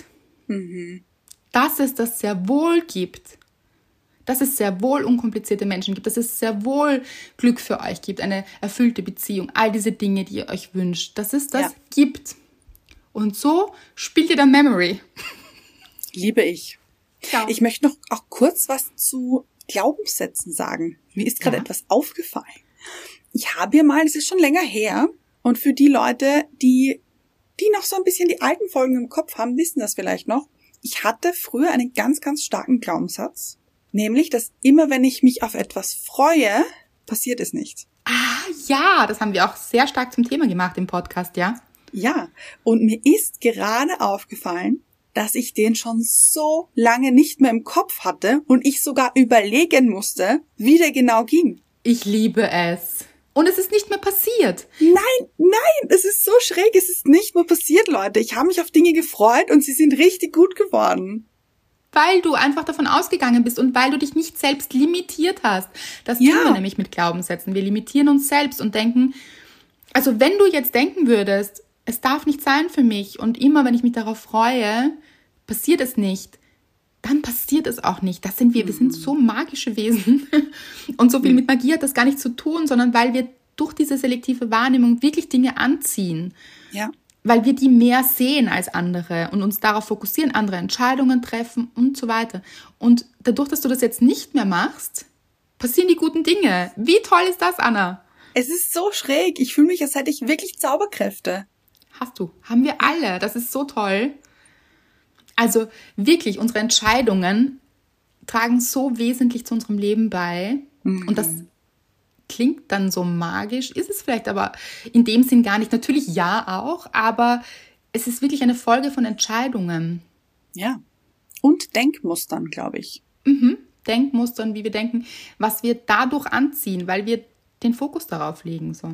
Dass es das sehr wohl gibt. Dass es sehr wohl unkomplizierte Menschen gibt. Dass es sehr wohl Glück für euch gibt. Eine erfüllte Beziehung. All diese Dinge, die ihr euch wünscht. Dass es das gibt. Und so spielt ihr dann Memory. Liebe ich. Ja. Ich möchte noch auch kurz was zu Glaubenssätzen sagen. Mir ist gerade etwas aufgefallen. Ich habe ja mal, das ist schon länger her, und für die Leute, die noch so ein bisschen die alten Folgen im Kopf haben, wissen das vielleicht noch. Ich hatte früher einen ganz, ganz starken Glaubenssatz, nämlich, dass immer wenn ich mich auf etwas freue, passiert es nicht. Ja, das haben wir auch sehr stark zum Thema gemacht im Podcast, ja. Ja, und mir ist gerade aufgefallen, dass ich den schon so lange nicht mehr im Kopf hatte und ich sogar überlegen musste, wie der genau ging. Ich liebe es. Und es ist nicht mehr passiert. Nein, es ist so schräg, es ist nicht mehr passiert, Leute. Ich habe mich auf Dinge gefreut und sie sind richtig gut geworden. weil du einfach davon ausgegangen bist und weil du dich nicht selbst limitiert hast. Das tun wir nämlich mit Glaubenssätzen. Wir limitieren uns selbst und denken, also wenn du jetzt denken würdest, es darf nicht sein für mich und immer, wenn ich mich darauf freue, passiert es nicht, dann passiert es auch nicht. Das sind wir. Wir sind so magische Wesen und so viel mit Magie hat das gar nichts zu tun, sondern weil wir durch diese selektive Wahrnehmung wirklich Dinge anziehen. Ja. Weil wir die mehr sehen als andere und uns darauf fokussieren, andere Entscheidungen treffen und so weiter. Und dadurch, dass du das jetzt nicht mehr machst, passieren die guten Dinge. Wie toll ist das, Anna? Es ist so schräg. Ich fühle mich, als hätte ich wirklich Zauberkräfte. Hast du. Haben wir alle. Das ist so toll. Also wirklich, unsere Entscheidungen tragen so wesentlich zu unserem Leben bei. Und das klingt dann so magisch, ist es vielleicht aber in dem Sinn gar nicht. Natürlich ja auch, aber es ist wirklich eine Folge von Entscheidungen. Ja. Und Denkmustern, glaube ich. Denkmustern, wie wir denken, was wir dadurch anziehen, weil wir den Fokus darauf legen. So.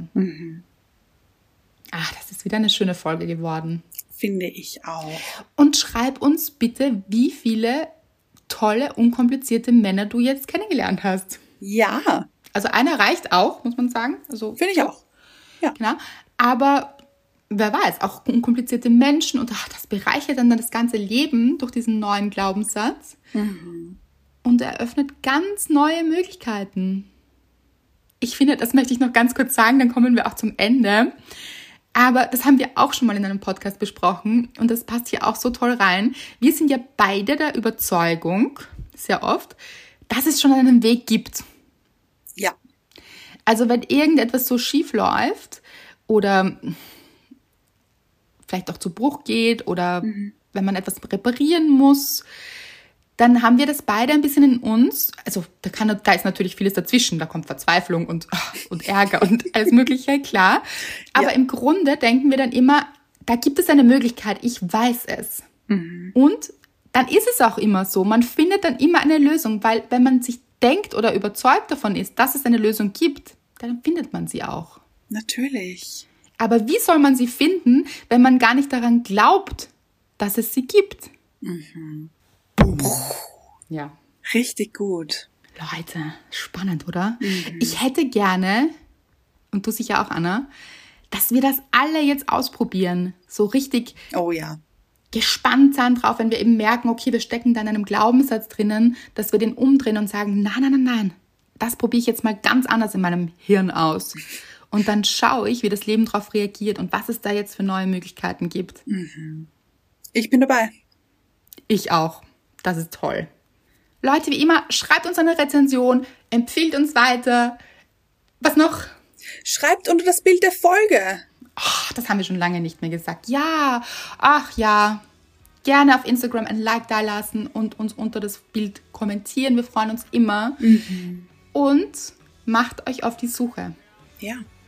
Ach, das ist wieder eine schöne Folge geworden. Finde ich auch. Und schreib uns bitte, wie viele tolle, unkomplizierte Männer du jetzt kennengelernt hast. Ja. Also einer reicht auch, muss man sagen. Also, finde ich auch. Ja. Genau. Aber wer weiß, auch unkomplizierte Menschen und das bereichert dann das ganze Leben durch diesen neuen Glaubenssatz und eröffnet ganz neue Möglichkeiten. Ich finde, das möchte ich noch ganz kurz sagen, dann kommen wir auch zum Ende. Aber das haben wir auch schon mal in einem Podcast besprochen und das passt hier auch so toll rein. Wir sind ja beide der Überzeugung, sehr oft, dass es schon einen Weg gibt. Ja. Also wenn irgendetwas so schief läuft oder vielleicht auch zu Bruch geht oder wenn man etwas reparieren muss, dann haben wir das beide ein bisschen in uns. Also da ist natürlich vieles dazwischen. Da kommt Verzweiflung und Ärger und alles Mögliche, klar. Aber im Grunde denken wir dann immer, da gibt es eine Möglichkeit, ich weiß es. Und dann ist es auch immer so. Man findet dann immer eine Lösung, weil wenn man sich denkt oder überzeugt davon ist, dass es eine Lösung gibt, dann findet man sie auch. Natürlich. Aber wie soll man sie finden, wenn man gar nicht daran glaubt, dass es sie gibt? Ja. Richtig gut. Leute, spannend, oder? Ich hätte gerne, und du sicher auch, Anna, dass wir das alle jetzt ausprobieren. So richtig gespannt sein drauf, wenn wir eben merken, okay, wir stecken da in einem Glaubenssatz drinnen, dass wir den umdrehen und sagen, nein, das probiere ich jetzt mal ganz anders in meinem Hirn aus. Und dann schaue ich, wie das Leben darauf reagiert und was es da jetzt für neue Möglichkeiten gibt. Ich bin dabei. Ich auch. Das ist toll. Leute, wie immer, schreibt uns eine Rezension, empfiehlt uns weiter. Was noch? Schreibt unter das Bild der Folge. Oh, das haben wir schon lange nicht mehr gesagt. Ja, ach ja. Gerne auf Instagram ein Like dalassen und uns unter das Bild kommentieren. Wir freuen uns immer. Und macht euch auf die Suche. Ja.